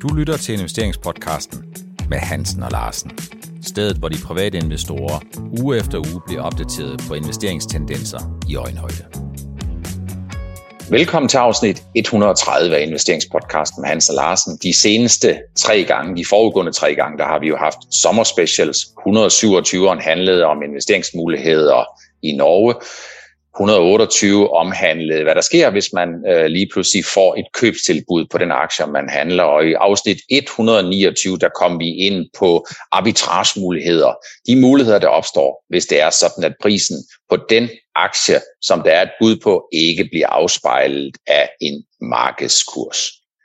Du lytter til investeringspodcasten med Hansen og Larsen. Stedet, hvor de private investorer uge efter uge bliver opdateret på investeringstendenser i øjenhøjde. Velkommen til afsnit 130 af investeringspodcasten med Hansen og Larsen. De seneste 3 gange, de forudgående 3 gange, der har vi jo haft sommerspecials. 127'eren handlede om investeringsmuligheder i Norge. 128 omhandlede, hvad der sker, hvis man lige pludselig får et købstilbud på den aktie, man handler. Og i afsnit 129, der kom vi ind på arbitragemuligheder. De muligheder, der opstår, hvis det er sådan, at prisen på den aktie, som der er et bud på, ikke bliver afspejlet af en markedskurs.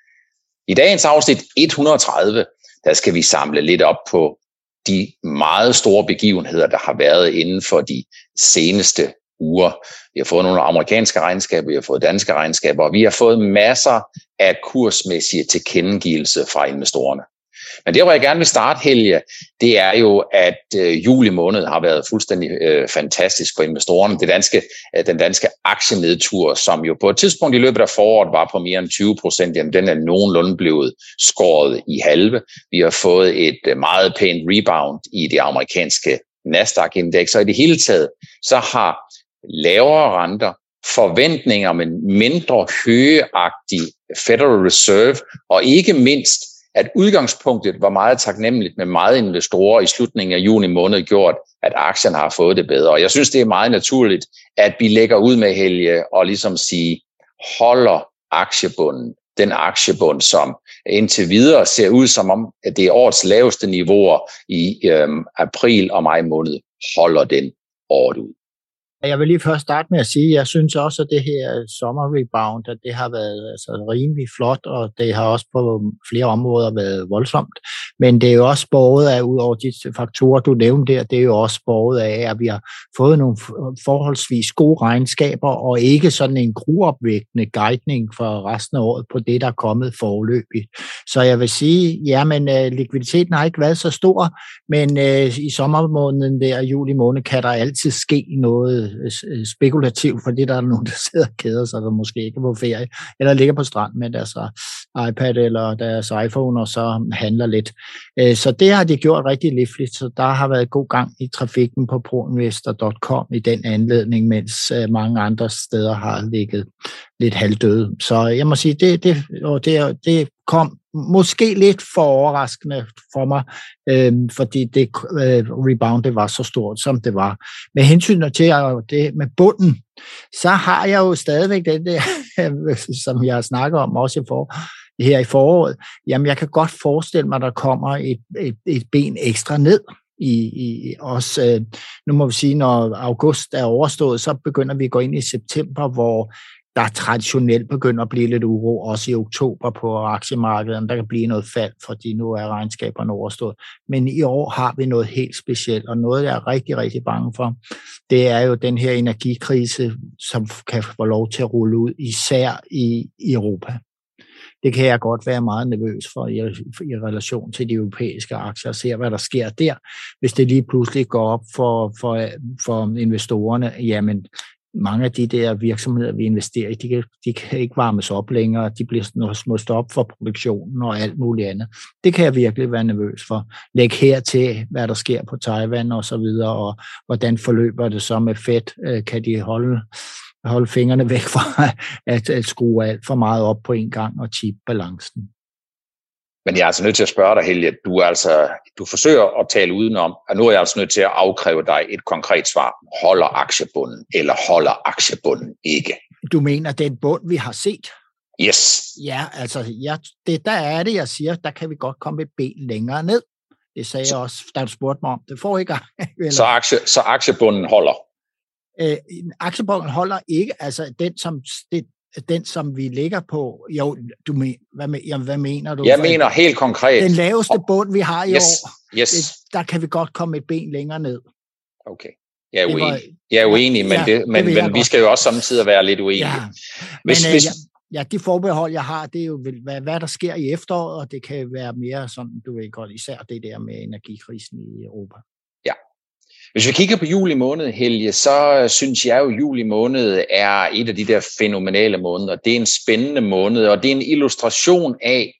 I dagens afsnit 130, der skal vi samle lidt op på de meget store begivenheder, der har været inden for de seneste uger. Vi har fået nogle amerikanske regnskaber, vi har fået danske regnskaber, og vi har fået masser af kursmæssige tilkendegivelser fra investorerne. Men det, hvor jeg gerne vil starte, Helge, det er jo, at juli måned har været fuldstændig fantastisk for investorerne. Den danske aktienedtur, som jo på et tidspunkt i løbet af foråret var på mere end 20%, jamen den er nogenlunde blevet skåret i halve. Vi har fået et meget pænt rebound i det amerikanske Nasdaq-indeks, og i det hele taget, så har lavere renter, forventninger om en mindre højeagtig Federal Reserve, og ikke mindst, at udgangspunktet var meget taknemmeligt med meget investorer i slutningen af juni måned gjort, at aktierne har fået det bedre. Og jeg synes, det er meget naturligt, at vi lægger ud med, Helge, og ligesom sige, holder aktiebunden, den aktiebund, som indtil videre ser ud som om, at det er årets laveste niveauer i april og maj måned, holder den året ud. Jeg vil lige først starte med at sige, at jeg synes også, at det her sommerrebound, at det har været rimelig flot, og det har også på flere områder været voldsomt. Men det er jo også båret af, ud over de faktorer, du nævnte der, det er jo også båret af, at vi har fået nogle forholdsvis gode regnskaber, og ikke sådan en gruopvægtende guidning for resten af året på det, der er kommet foreløbigt. Så jeg vil sige, ja, men likviditeten har ikke været så stor, men i sommermåneden der, juli måned, kan der altid ske noget spekulativt, fordi der er nogen, der sidder og keder sig, der måske ikke er på ferie, eller ligger på strand med deres iPad eller deres iPhone, og så handler lidt. Så det har de gjort rigtig livligt, så der har været god gang i trafikken på proinvestor.com i den anledning, mens mange andre steder har ligget lidt halvdøde. Så jeg må sige, det kom måske lidt for overraskende for mig, fordi det rebound det var så stort, som det var. Med hensyn til det med bunden, så har jeg jo stadigvæk den der, som jeg snakker om også her i foråret. Jamen, jeg kan godt forestille mig, at der kommer et ben ekstra ned. Nu må vi sige, når august er overstået, så begynder vi at gå ind i september, hvor der traditionelt begynder at blive lidt uro, også i oktober på aktiemarkedet. Der kan blive noget fald, fordi nu er regnskaberne overstået. Men i år har vi noget helt specielt, og noget, jeg er rigtig, rigtig bange for, det er jo den her energikrise, som kan få lov til at rulle ud, især i Europa. Det kan jeg godt være meget nervøs for i relation til de europæiske aktier, og se, hvad der sker der. Hvis det lige pludselig går op for investorerne, jamen mange af de der virksomheder, vi investerer i, de kan ikke varmes op længere, de bliver småst op for produktionen og alt muligt andet. Det kan jeg virkelig være nervøs for. Læg her til, hvad der sker på Taiwan og så videre, og hvordan forløber det så med Fed. Kan de holde fingrene væk fra at skrue alt for meget op på en gang og tip balancen? Men jeg er altså nødt til at spørge dig, Helge, du forsøger at tale udenom, og nu er jeg altså nødt til at afkræve dig et konkret svar. Holder aktiebunden, eller holder aktiebunden ikke? Du mener, den bund, vi har set? Yes. Ja, altså, der er det, jeg siger, der kan vi godt komme et ben længere ned. Det sagde jeg også, da du spurgte mig om det forrige gang. Så aktiebunden holder? Aktiebunden holder ikke, altså den, som vi ligger på. Jo, hvad mener du? Jeg mener helt konkret. Den laveste bund, vi har i år, yes. Der kan vi godt komme et ben længere ned. Okay. Jeg er uenig, men vi skal jo også samtidig være lidt uenige. Ja, de forbehold, jeg har, det er jo, hvad der sker i efteråret, og det kan være mere sådan, du ved godt, især det der med energikrisen i Europa. Ja. Hvis vi kigger på juli måned, Helge, så synes jeg jo, at juli måned er et af de der fænomenale måneder. Det er en spændende måned, og det er en illustration af,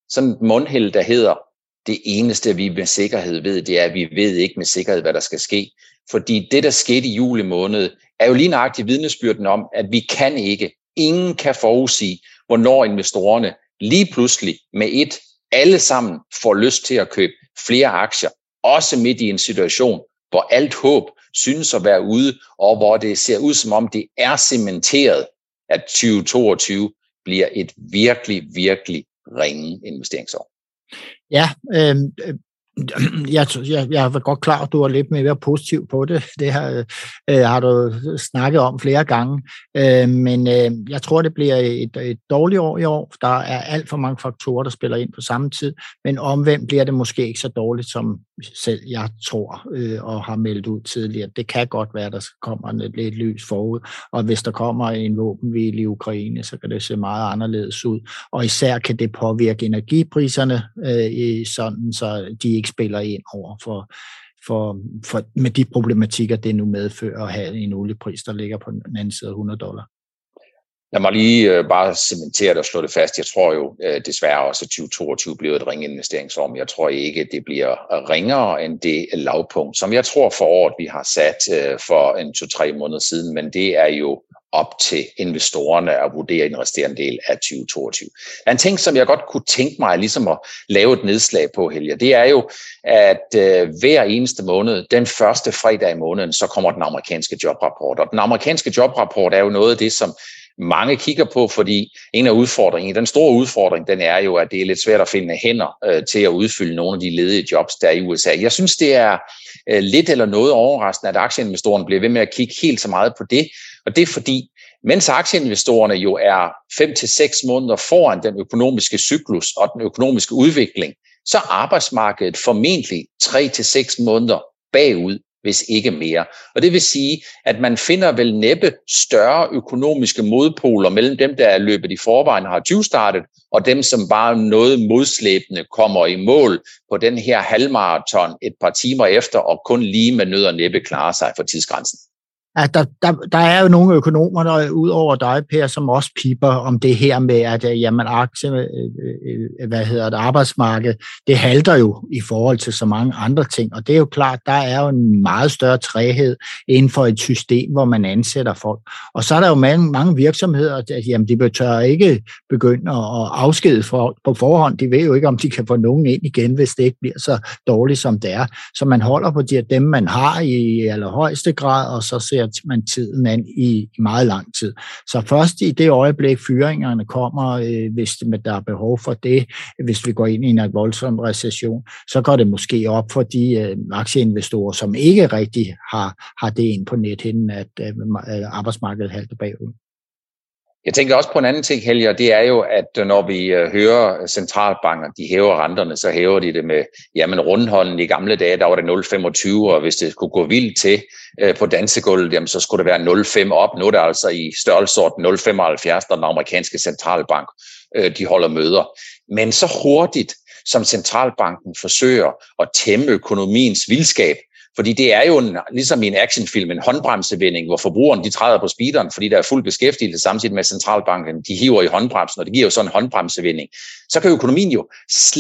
sådan et mundheld, der hedder, det eneste vi med sikkerhed ved, det er, at vi ved ikke med sikkerhed, hvad der skal ske. Fordi det, der skete i juli måned, er jo lige nøjagtigt vidnesbyrden om, at vi kan ikke, ingen kan forudsige, hvornår investorerne lige pludselig med alle sammen får lyst til at købe flere aktier, også midt i en situation, hvor alt håb synes at være ude, og hvor det ser ud som om det er cementeret, at 2022 bliver et virkelig, virkelig ringe investeringsår. Ja, jeg er godt klar, at du er lidt mere positiv på det. Det har du snakket om flere gange. Men jeg tror, det bliver et dårligt år i år. Der er alt for mange faktorer, der spiller ind på samme tid. Men omvendt bliver det måske ikke så dårligt, som selv jeg tror og har meldt ud tidligere. Det kan godt være, at der kommer lidt lys forud. Og hvis der kommer en våbenhvile i Ukraine, så kan det se meget anderledes ud. Og især kan det påvirke energipriserne sådan, så de ikke spiller ind over for med de problematikker, det nu medfører at have en oliepris, der ligger på den anden side af $100. Lad mig lige bare cementere det og slå det fast. Jeg tror jo desværre også, at 2022 bliver et ringe investeringsår, men jeg tror ikke, at det bliver ringere end det lavpunkt, som jeg tror for året, vi har sat for 2-3 måneder siden, men det er jo op til investorerne at vurdere den resterende del af 2022. En ting, som jeg godt kunne tænke mig ligesom at lave et nedslag på, Helge, det er jo, at hver eneste måned, den første fredag i måneden, så kommer den amerikanske jobrapport. Og den amerikanske jobrapport er jo noget af det, som mange kigger på, fordi en af udfordringen, den store udfordring, den er jo, at det er lidt svært at finde hænder til at udfylde nogle af de ledige jobs, der er i USA. Jeg synes, det er lidt eller noget overraskende, at aktieinvestorerne bliver ved med at kigge helt så meget på det. Og det er fordi, mens aktieinvestorerne jo er 5-6 måneder foran den økonomiske cyklus og den økonomiske udvikling, så er arbejdsmarkedet formentlig 3-6 måneder bagud, hvis ikke mere. Og det vil sige, at man finder vel næppe større økonomiske modpoler mellem dem, der er løbet i forvejen har 20-startet, og dem, som bare noget modslæbende kommer i mål på den her halvmaraton et par timer efter, og kun lige med nød og næppe klarer sig for tidsgrænsen. Ja, der er jo nogle økonomer, der ud over dig, Per, som også piper om det her med, at jamen, arbejdsmarked, det halter jo i forhold til så mange andre ting. Og det er jo klart, der er jo en meget større træghed inden for et system, hvor man ansætter folk. Og så er der jo mange virksomheder, at jamen, de tør ikke begynde at afskede folk på forhånd. De ved jo ikke, om de kan få nogen ind igen, hvis det ikke bliver så dårligt, som det er. Så man holder på dem, man har i allerhøjeste grad, og så ser man tiden an i meget lang tid. Så først i det øjeblik, fyringerne kommer, hvis der er behov for det, hvis vi går ind i en voldsom recession, så går det måske op for de aktieinvestorer, som ikke rigtig har det ind på nethinden, at arbejdsmarkedet halter bagud. Jeg tænker også på en anden ting, Helge, og det er jo, at når vi hører centralbanker, de hæver renterne, så hæver de det med, jamen rundhånden i gamle dage, der var det 0,25, og hvis det skulle gå vildt til på dansegulvet, jamen så skulle det være 0,5 op. Nu er det altså i størrelsesorden 0,75, når den amerikanske centralbank, de holder møder. Men så hurtigt, som centralbanken forsøger at tæmme økonomiens vildskab, fordi det er jo ligesom i en actionfilm, en håndbremsevending, hvor forbrugerne de træder på speederen, fordi der er fuld beskæftigelse samtidig med centralbanken, de hiver i håndbremsen, og det giver jo sådan en håndbremsevending. Så kan økonomien jo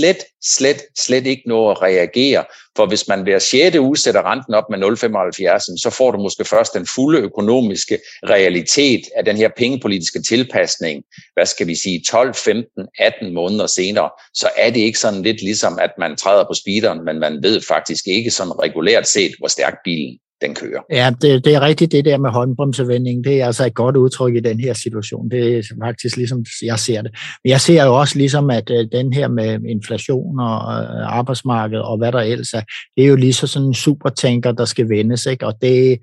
slet ikke nå at reagere, for hvis man hver 6. uge sætter renten op med 0,75, så får du måske først den fulde økonomiske realitet af den her pengepolitiske tilpasning, 12, 15, 18 måneder senere, så er det ikke sådan lidt ligesom, at man træder på speederen, men man ved faktisk ikke sådan regulært set, hvor stærkt bilen den kører. Ja, det er rigtigt det der med håndbremsevending. Det er altså et godt udtryk i den her situation. Det er faktisk ligesom, jeg ser det. Men jeg ser jo også ligesom, at den her med inflation og arbejdsmarked og hvad der ellers er, det er jo lige så sådan en supertanker, der skal vendes, ikke? Og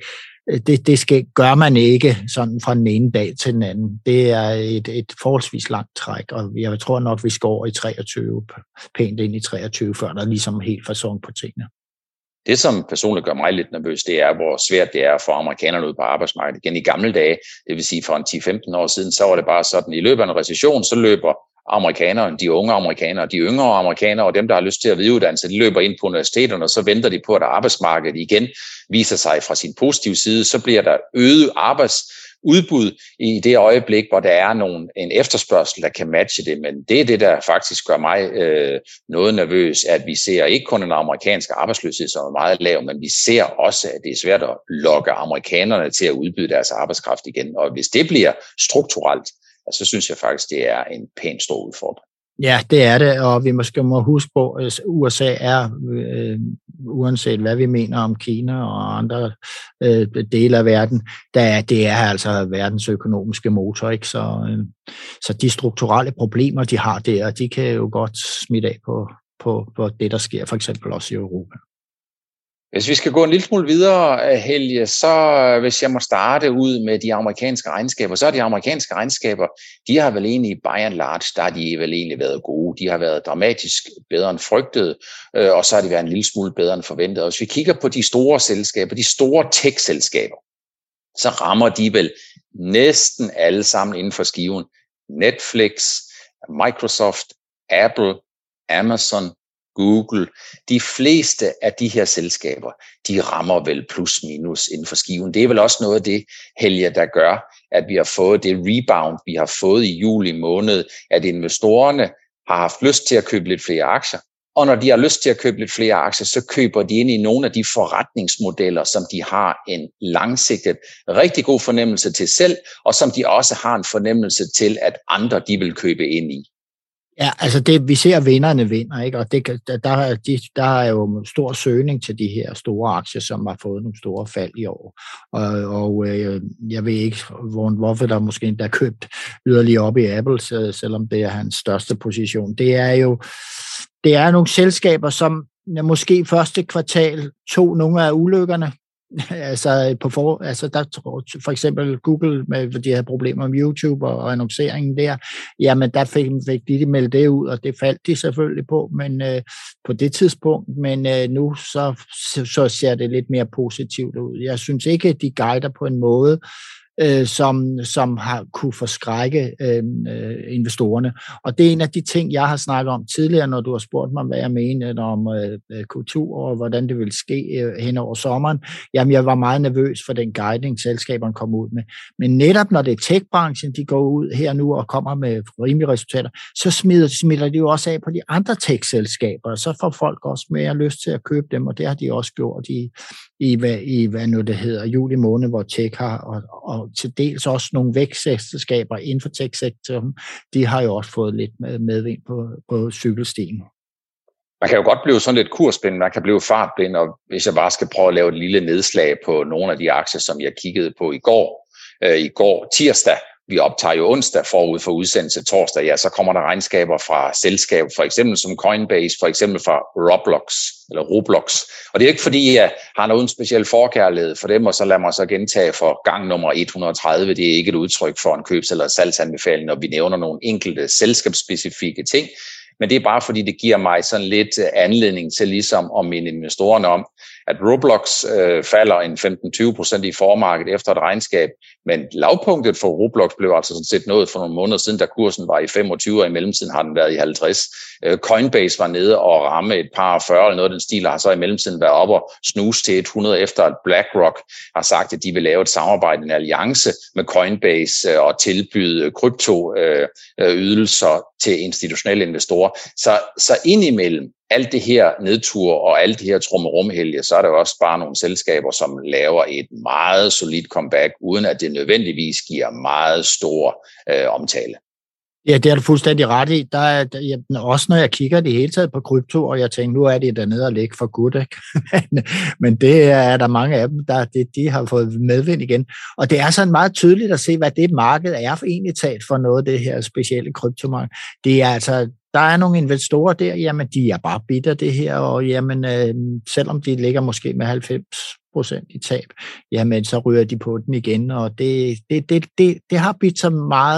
det gør man ikke sådan fra den ene dag til den anden. Det er et forholdsvis langt træk, og jeg tror nok, vi skal over i 23, pænt ind i 23, før der ligesom helt fasong på tingene. Det, som personligt gør mig lidt nervøs, det er, hvor svært det er for amerikanerne ud på arbejdsmarkedet. Igen i gamle dage, det vil sige for en 10-15 år siden, så var det bare sådan, i løbet af en recession, så løber amerikanerne, de unge amerikanere, de yngre amerikanere og dem, der har lyst til at videreuddanne sig, de løber ind på universiteterne, og så venter de på, at arbejdsmarkedet igen viser sig fra sin positive side. Så bliver der øget udbud i det øjeblik, hvor der er en efterspørgsel, der kan matche det. Men det er det, der faktisk gør mig noget nervøs, at vi ser ikke kun en amerikansk arbejdsløshed, som er meget lav, men vi ser også, at det er svært at lokke amerikanerne til at udbyde deres arbejdskraft igen. Og hvis det bliver strukturelt, så synes jeg faktisk, det er en pænt stor udfordring. Ja, det er det, og vi måske må huske på, at USA er, uanset hvad vi mener om Kina og andre dele af verden, det er altså verdens økonomiske motor, ikke? Så de strukturelle problemer, de har der, de kan jo godt smitte af på det, der sker for eksempel også i Europa. Hvis vi skal gå en lille smule videre, Helge, så hvis jeg må starte ud med de amerikanske regnskaber, så er de amerikanske regnskaber, de har vel egentlig by and large, der har de vel egentlig været gode. De har været dramatisk bedre end frygtet, og så har de været en lille smule bedre end forventet. Og hvis vi kigger på de store selskaber, de store tech-selskaber, så rammer de vel næsten alle sammen inden for skiven. Netflix, Microsoft, Apple, Amazon, Google, de fleste af de her selskaber, de rammer vel plus minus inden for skiven. Det er vel også noget af det, Helge, der gør, at vi har fået det rebound, vi har fået i juli måned, at investorerne har haft lyst til at købe lidt flere aktier. Og når de har lyst til at købe lidt flere aktier, så køber de ind i nogle af de forretningsmodeller, som de har en langsigtet, rigtig god fornemmelse til selv, og som de også har en fornemmelse til, at andre de vil købe ind i. Ja, altså vi ser vinderne vinder, ikke? Og der er jo stor søgning til de her store aktier, som har fået nogle store fald i år. Og jeg ved ikke, hvorfor der måske endda er købt yderligere op i Apple, selvom det er hans største position. Det er nogle selskaber, som måske første kvartal tog nogle af ulykkerne. Der for eksempel Google, med de havde problemer med YouTube og annonceringen der, jamen der fik de meldt det ud, og det faldt de selvfølgelig på, men på det tidspunkt, men nu så ser det lidt mere positivt ud. Jeg synes ikke, at de guider på en måde, som har kunne forskrække investorerne. Og det er en af de ting, jeg har snakket om tidligere, når du har spurgt mig, hvad jeg mener om kultur og hvordan det vil ske hen over sommeren. Jamen, jeg var meget nervøs for den guiding, selskaberne kom ud med. Men netop når det er tech-branchen, de går ud her nu og kommer med rimelige resultater, så smitter de jo også af på de andre tech-selskaber, og så får folk også mere lyst til at købe dem, og det har de også gjort i hvad nu det hedder, juli måned, hvor tech har, og til dels også nogle vækstselskaber inden for tech-sektoren, de har jo også fået lidt medvind på cykelstien. Man kan jo godt blive sådan lidt kursblind, man kan blive fartblind, og hvis jeg bare skal prøve at lave et lille nedslag på nogle af de aktier, som jeg kiggede på i går tirsdag, vi optager jo onsdag forud for udsendelse torsdag, ja, så kommer der regnskaber fra selskaber, for eksempel som Coinbase, for eksempel fra Roblox. Og det er ikke fordi, jeg har nogen speciel forkærlighed for dem, og så lad mig så gentage for gang nummer 130. Det er ikke et udtryk for en købs- eller salgsanbefaling, når vi nævner nogle enkelte selskabsspecifikke ting. Men det er bare fordi, det giver mig sådan lidt anledning til ligesom at minde investorerne om, at Roblox falder en 15-20% i formarkedet efter et regnskab, men lavpunktet for Roblox blev altså sådan set nået for nogle måneder siden, da kursen var i 25, og i mellemtiden har den været i 50. Coinbase var nede og ramme et par 40 eller noget af den stil, har så i mellemtiden været op og snuse til 100, efter at BlackRock har sagt, at de vil lave et samarbejde, en alliance med Coinbase og tilbyde kryptoydelser til institutionelle investorer. Så indimellem alt det her nedtur og alt det her trummerumhelge, så er der jo også bare nogle selskaber, som laver et meget solidt comeback, uden at det nødvendigvis giver meget stor omtale. Ja, det er du fuldstændig ret i. Der er også når jeg kigger det hele taget på krypto, og jeg tænker, nu er det dernede og ligge for godt, ikke? Men det er der mange af dem, de har fået medvind igen. Og det er sådan meget tydeligt at se, hvad det marked er for egentlig talt for noget af det her specielle kryptomarked. Det er altså, der er nogle investorer der, jamen de er bare bitter det her, og jamen selvom de ligger måske med 90% i tab, jamen så ryger de på den igen, og det har bidt så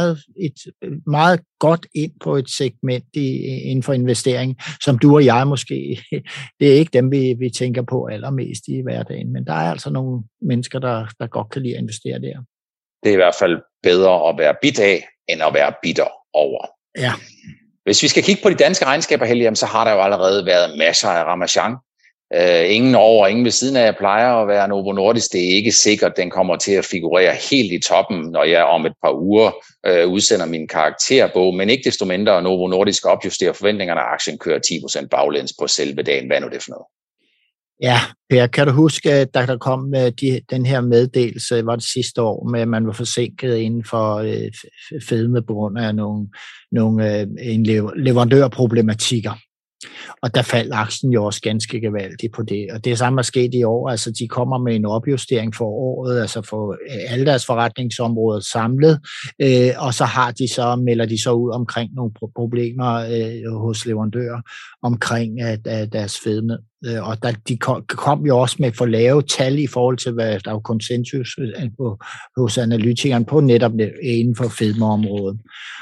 meget godt ind på et segment inden for investering, som du og jeg måske, det er ikke dem, vi tænker på allermest i hverdagen, men der er altså nogle mennesker, der godt kan lide at investere der. Det er i hvert fald bedre at være bit af, end at være bitter over. Ja. Hvis vi skal kigge på de danske regnskaber, Helge, så har der jo allerede været masser af ramachan. Ingen over, ingen ved siden af plejer at være Novo Nordisk. Det er ikke sikkert, den kommer til at figurere helt i toppen, når jeg om et par uger udsender min karakterbog, men ikke desto mindre Novo Nordisk opjusterer forventningerne, at aktien kører 10% baglæns på selve dagen. Hvad er nu det for noget? Ja, Per, kan du huske, at der kom den her meddelelse, var det sidste år, med at man var forsinket inden for fedme på grund af nogle leverandørproblematikker. Og der faldt aktien jo også ganske gevaldigt på det. Og det samme er sket i år. Altså, de kommer med en opjustering for året, altså for alle deres forretningsområder samlet. Og så melder de så ud omkring nogle problemer hos leverandører omkring deres fedme. Og de kom jo også med for lave tal i forhold til, hvad der er konsensus hos analytikeren på netop inden for fedmeområdet.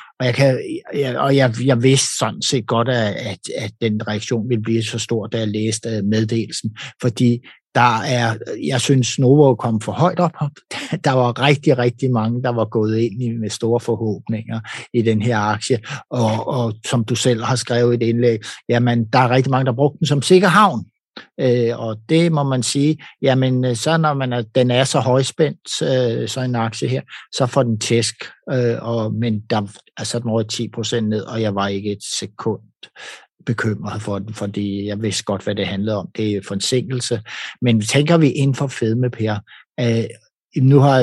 Og jeg vidste sådan set godt, at den reaktion ville blive så stor, da jeg læste meddelelsen, fordi jeg synes, Novo kom for højt op. Der var rigtig, rigtig mange, der var gået ind med store forhåbninger i den her aktie, og som du selv har skrevet i et indlæg, jamen, der er rigtig mange, der brugte den som sikker havn. Og det må man sige, jamen så når den er så højspændt, så en aktie her, så får den tæsk, men der altså den røg 10% ned, og jeg var ikke et sekund bekymret for den, fordi jeg vidste godt, hvad det handlede om. Det er forsinkelse. Men tænker vi inden for fedme, Per, nu har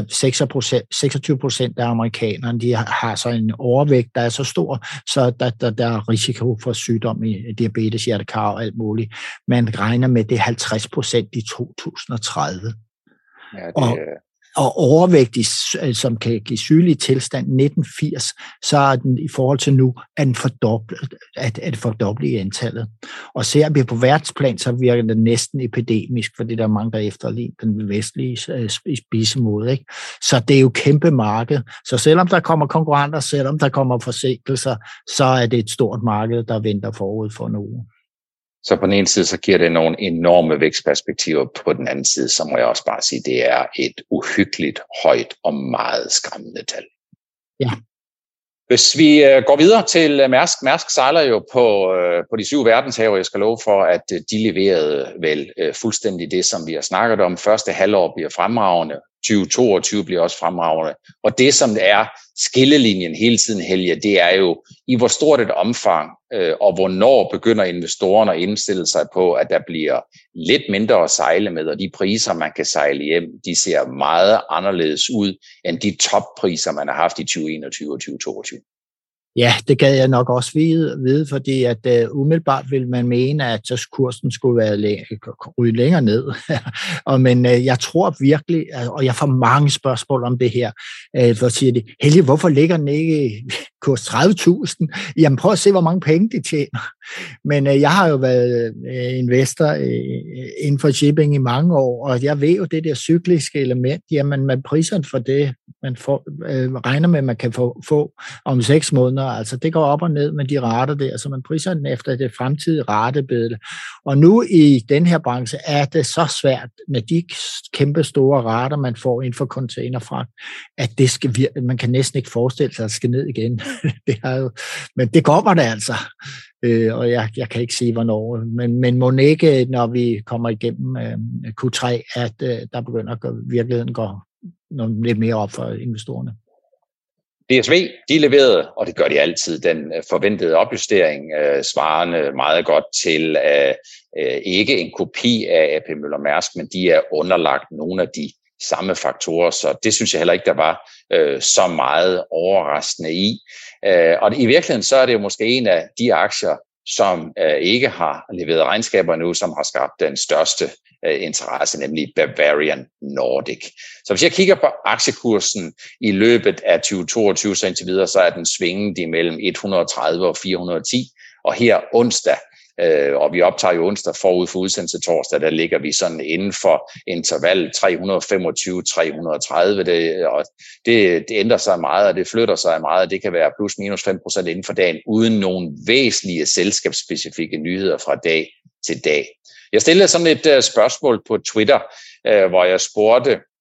26% af amerikanerne, de har så en overvægt, der er så stor, så der er risiko for sygdom i diabetes, hjertekar og alt muligt. Man regner med, det er 50% i 2030. Ja, det Og overvægtig, som kan give sygelig tilstand 1980, så er den i forhold til nu er det fordoblet i antallet. Og ser vi på verdensplan, så virker det næsten epidemisk, fordi der er mange, der efterligner den vestlige spisemåde. Ikke? Så det er jo kæmpe marked. Så selvom der kommer konkurrenter, selvom der kommer forsinkelser, så er det et stort marked, der venter forud for Novo. Så på den ene side, så giver det nogle enorme vækstperspektiver. På den anden side, så må jeg også bare sige, det er et uhyggeligt højt og meget skræmmende tal. Ja. Hvis vi går videre til Mærsk. Mærsk sejler jo på de 7 verdenshaver. Jeg skal love for, at de leverede vel fuldstændig det, som vi har snakket om. Første halvår bliver fremragende. 2022 bliver også fremragende. Og det, som er skillelinjen hele tiden, Helge, det er jo i hvor stort et omfang, og hvornår begynder investorerne at indstille sig på, at der bliver lidt mindre at sejle med, og de priser, man kan sejle hjem, de ser meget anderledes ud end de toppriser, man har haft i 2021 og 2022. Ja, det gad jeg nok også vide, fordi at umiddelbart vil man mene, at så kursen skulle være ryge længere ned. Men jeg tror virkelig, og jeg får mange spørgsmål om det her, hvor siger de, Helge, hvorfor ligger den ikke kurs 30.000? Jamen prøv at se, hvor mange penge de tjener. Men jeg har jo været investor inden for shipping i mange år, og jeg ved jo det der cykliske element, jamen man priser for det, man regner med, at man kan få om 6 måneder. Altså det går op og ned med de rater der, så man priser den efter det fremtidige ratebillede. Og nu i den her branche er det så svært med de kæmpe store rater, man får inden for containerfragt, at det skal man kan næsten ikke forestille sig, at det skal ned igen. Men det kommer det altså. Og jeg kan ikke sige, hvornår. Men må ikke, når vi kommer igennem Q3, at der begynder at virkeligheden går lidt mere op for investorerne. DSV, de leverede, og det gør de altid, den forventede opjustering, svarende meget godt til ikke en kopi af AP Møller Mærsk, men de er underlagt nogle af de samme faktorer, så det synes jeg heller ikke, der var så meget overraskende i. Og i virkeligheden så er det jo måske en af de aktier, som ikke har leveret regnskaber nu, som har skabt den største interesse, nemlig Bavarian Nordic. Så hvis jeg kigger på aktiekursen i løbet af 2022, så indtil videre, så er den svingende imellem 130 og 410, og her onsdag, og vi optager jo onsdag forud for udsendelse torsdag, der ligger vi sådan inden for intervallet 325-330. Det ændrer sig meget, og det flytter sig meget. Det kan være plus minus 5% inden for dagen, uden nogle væsentlige selskabsspecifikke nyheder fra dag til dag. Jeg stillede sådan et spørgsmål på Twitter, hvor jeg spurgte,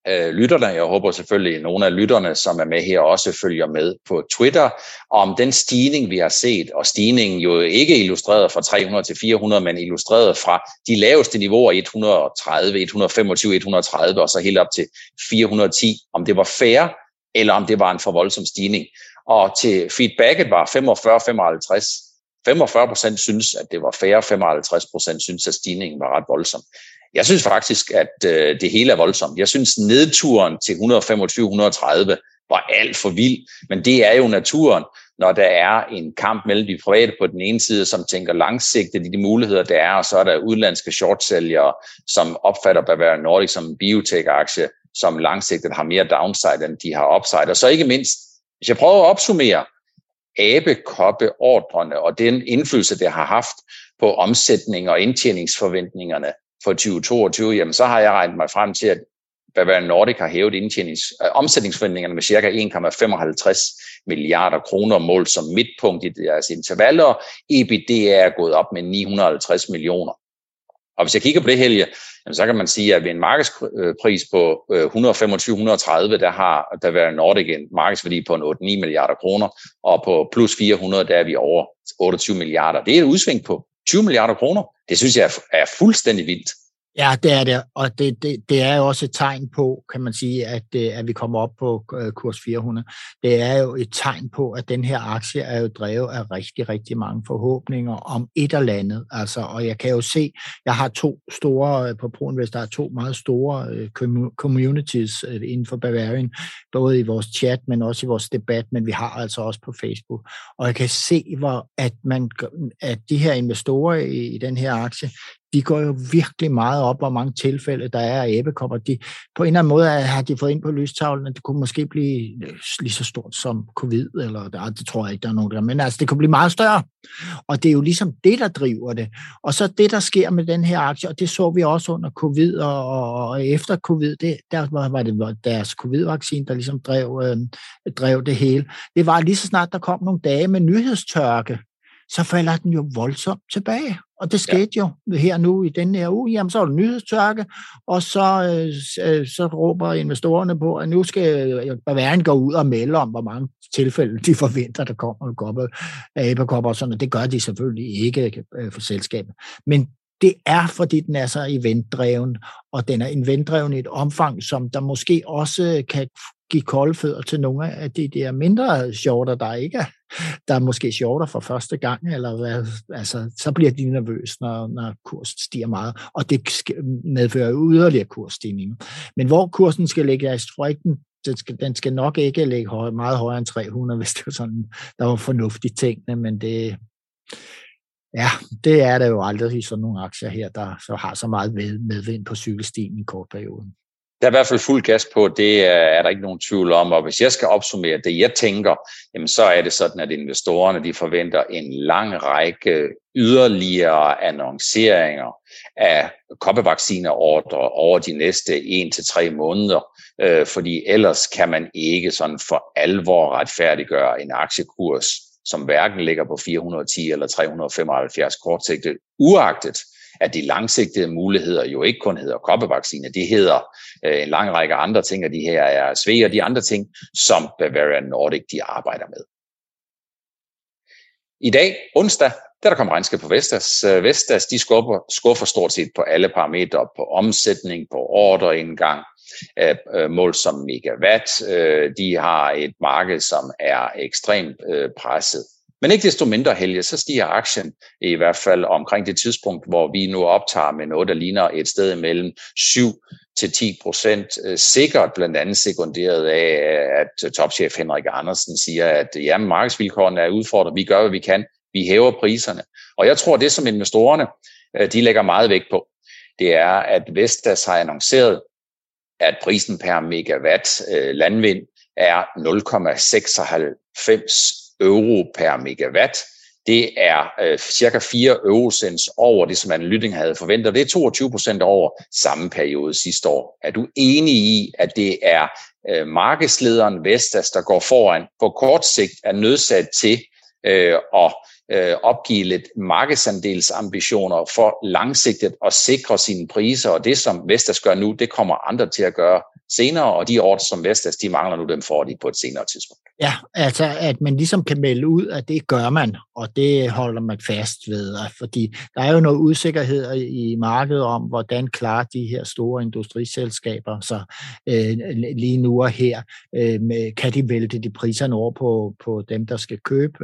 lytterne. Jeg håber selvfølgelig, at nogle af lytterne, som er med her, også følger med på Twitter, om den stigning, vi har set, og stigningen jo ikke illustreret fra 300 til 400, men illustreret fra de laveste niveauer 130, 125, 130 og så helt op til 410, om det var fair, eller om det var en for voldsom stigning. Og til feedbacket var 45-55. 45% synes, at det var fair, 55% synes, at stigningen var ret voldsom. Jeg synes faktisk, at det hele er voldsomt. Jeg synes, nedturen til 125-130 var alt for vild, men det er jo naturen, når der er en kamp mellem de private på den ene side, som tænker langsigtet i de muligheder, der er, og så er der udenlandske shortsælgere, som opfatter Bavarian Nordic som en biotech-aktie, som langsigtet har mere downside, end de har upside. Og så ikke mindst, hvis jeg prøver at opsummere abekoppeordrene og den indflydelse, det har haft på omsætning og indtjeningsforventningerne for 2022, jamen så har jeg regnet mig frem til, at Bavarian Nordic har hævet omsætningsforventningerne med ca. 1,55 milliarder kroner målt som midtpunkt i deres intervaller. EBITDA er gået op med 950 millioner. Og hvis jeg kigger på det, Helge, så kan man sige, at ved en markedspris på 125-130, der har Bavarian Nordic en markedsværdi på en 8-9 milliarder kroner, og på plus 400, der er vi over 28 milliarder. Det er et udsving på 20 milliarder kroner. Det synes jeg er fuldstændig vildt. Ja, det er det, og det er jo også et tegn på, kan man sige, at vi kommer op på kurs 400. Det er jo et tegn på, at den her aktie er jo drevet af rigtig, rigtig mange forhåbninger om et eller andet. Altså, og jeg kan jo se, jeg har to store, på ProInvest, der er to meget store communities inden for Bavarian, både i vores chat, men også i vores debat, men vi har altså også på Facebook. Og jeg kan se, at de her investorer i den her aktie, de går jo virkelig meget op, hvor mange tilfælde der er af æbekopper. På en eller anden måde har de fået ind på lystavlen, at det kunne måske blive lige så stort som covid, eller det tror jeg ikke, der er nogen der, men altså det kunne blive meget større. Og det er jo ligesom det, der driver det. Og så det, der sker med den her aktie, og det så vi også under covid og efter covid, der var det deres covid-vaccine, der ligesom drev det hele. Det var lige så snart, der kom nogle dage med nyhedstørke, så falder den jo voldsomt tilbage. Og det skete jo her nu i denne her uge. Jamen, så er der nyhedstørke, og så råber investorerne på, at nu skal Bavarian gå ud og melde om, hvor mange tilfælde de forventer, der kommer af æbekopper og sådan. Det gør de selvfølgelig ikke for selskabet. Men det er, fordi den er så eventdreven, og den er eventdreven i et omfang, som der måske også kan give kolde fødder til nogle af de der mindre shorter, der er måske shorter for første gang, eller hvad, altså, så bliver de nervøse, når kursen stiger meget, og det medfører yderligere kursstigninger. Men hvor kursen skal ligge, jeg tror ikke, den skal nok ikke ligge meget højere end 300, hvis det er sådan, der var fornuftige tingene, men det er der jo aldrig i sådan nogle aktier her, der så har så meget medvind på cykelstien i kort periode. Der er i hvert fald fuld gas på, det er der ikke nogen tvivl om, og hvis jeg skal opsummere det, jeg tænker, jamen så er det sådan, at investorerne de forventer en lang række yderligere annonceringer af koppevaccineordre over de næste 1-3 måneder, fordi ellers kan man ikke sådan for alvor retfærdiggøre en aktiekurs, som hverken ligger på 410 eller 375 kortsigtet, uagtet at de langsigtede muligheder jo ikke kun hedder koppevaccine, det hedder en lang række andre ting, og de her er SVE og de andre ting, som Bavarian Nordic de arbejder med. I dag, onsdag, der kom regnskab på Vestas. Vestas de skuffer stort set på alle parametre, på omsætning, på ordreindgang, mål som megawatt. De har et marked, som er ekstremt presset. Men ikke desto mindre, Helge, så stiger aktien i hvert fald omkring det tidspunkt, hvor vi nu optager med noget, der ligner et sted mellem 7-10%, sikkert blandt andet sekunderet af, at topchef Henrik Andersen siger, at jamen, markedsvilkårene er udfordret, vi gør, hvad vi kan, vi hæver priserne. Og jeg tror, det som investorerne, de lægger meget vægt på, det er, at Vestas har annonceret, at prisen per megawatt landvind er 0,96 euro per megawatt. Det er cirka 4 eurocents over det, som Analytics havde forventet. Det er 22% over samme periode sidste år. Er du enig i, at det er markedslederen Vestas, der går foran på kort sigt, er nødsat til at opgive lidt markedsandelsambitioner for langsigtet at sikre sine priser, og det som Vestas gør nu, det kommer andre til at gøre senere, og de ordrer som Vestas, de mangler nu, dem får de på et senere tidspunkt. Ja, altså at man ligesom kan melde ud, at det gør man, og det holder man fast ved, fordi der er jo noget usikkerhed i markedet om, hvordan klarer de her store industriselskaber så lige nu og her, kan de vælte de priserne over på dem, der skal købe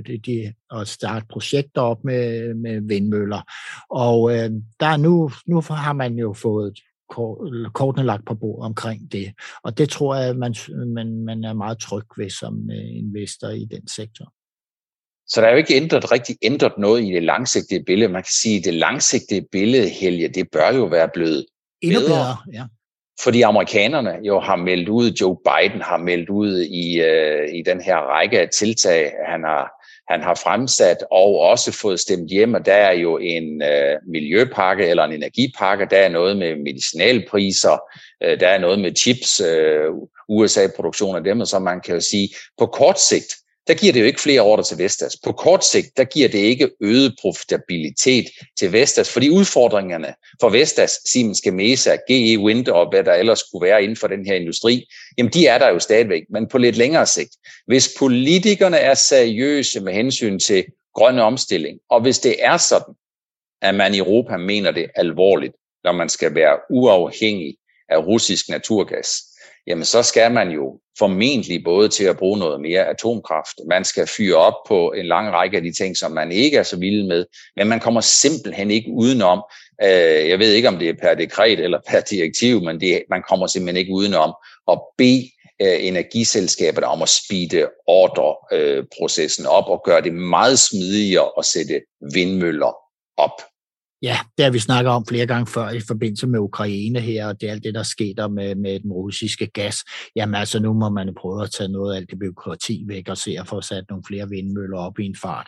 og starte projekter op med vindmøller. Og der er nu har man jo fået kortene lagt på bord omkring det. Og det tror jeg, man er meget tryg ved som investor i den sektor. Så der er jo ikke rigtig ændret noget i det langsigtede billede. Man kan sige, at det langsigtede billede, Helge, det bør jo være blevet endnu bedre. Ja. Fordi amerikanerne jo har meldt ud, Joe Biden har meldt ud i den her række af tiltag, han har fremsat og også fået stemt hjem, og der er jo en miljøpakke eller en energipakke, der er noget med medicinalpriser, der er noget med chips, USA-produktion af dem, og så man kan jo sige, på kort sigt, der giver det jo ikke flere ordre til Vestas. På kort sigt, der giver det ikke øget profitabilitet til Vestas, fordi udfordringerne for Vestas, Siemens Gamesa, GE Wind og hvad der ellers skulle være inden for den her industri, jamen de er der jo stadigvæk, men på lidt længere sigt. Hvis politikerne er seriøse med hensyn til grønne omstilling, og hvis det er sådan, at man i Europa mener det alvorligt, når man skal være uafhængig af russisk naturgas, jamen så skal man jo formentlig både til at bruge noget mere atomkraft. Man skal fyre op på en lang række af de ting, som man ikke er så vild med, men man kommer simpelthen ikke udenom. Jeg ved ikke, om det er per dekret eller per direktiv, men man kommer simpelthen ikke udenom at bede energiselskaberne om at speede ordreprocessen op og gøre det meget smidigere at sætte vindmøller op. Ja, det har vi snakket om flere gange før i forbindelse med Ukraine her, og det er alt det, der sker med den russiske gas. Jamen altså, nu må man prøve at tage noget af alt det bureaukrati væk og se at få sat nogle flere vindmøller op i en fart.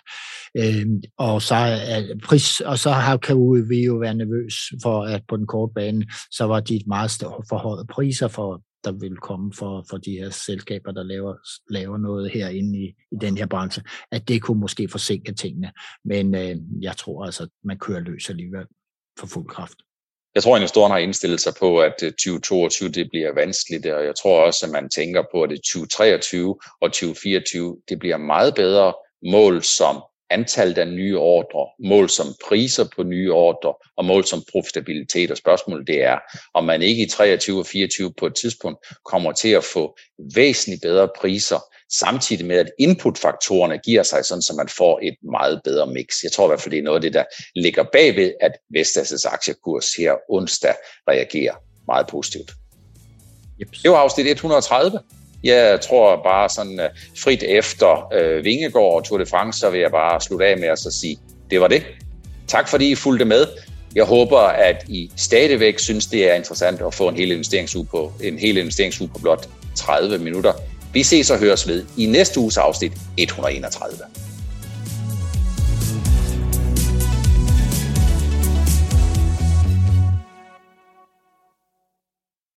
Og så kan vi jo være nervøs for, at på den korte bane, så var de meget forhøjede priser der vil komme for de her selskaber, der laver noget herinde i den her branche, at det kunne måske forsinke tingene. Men jeg tror altså, at man kører løs alligevel for fuld kraft. Jeg tror, at investorerne har indstillet sig på, at 2022 det bliver vanskeligt, og jeg tror også, at man tænker på, at 2023 og 2024 det bliver meget bedre mål som antallet af nye ordrer, mål som priser på nye ordrer og mål som profitabilitet. Og spørgsmålet det er, om man ikke i 23 og 24 på et tidspunkt kommer til at få væsentligt bedre priser, samtidig med at inputfaktorerne giver sig sådan, så man får et meget bedre mix. Jeg tror i hvert fald, det er noget af det, der ligger bagved, at Vestas' aktiekurs her onsdag reagerer meget positivt. Yep. Det var afsnit 130. Jeg tror bare sådan frit efter Vingegaard og Tour de France, så vil jeg bare slutte af med at så sige, det var det. Tak fordi I fulgte med. Jeg håber, at I stadigvæk synes, det er interessant at få en hel investeringsuge på blot 30 minutter. Vi ses og høres ved i næste uges afsnit 131.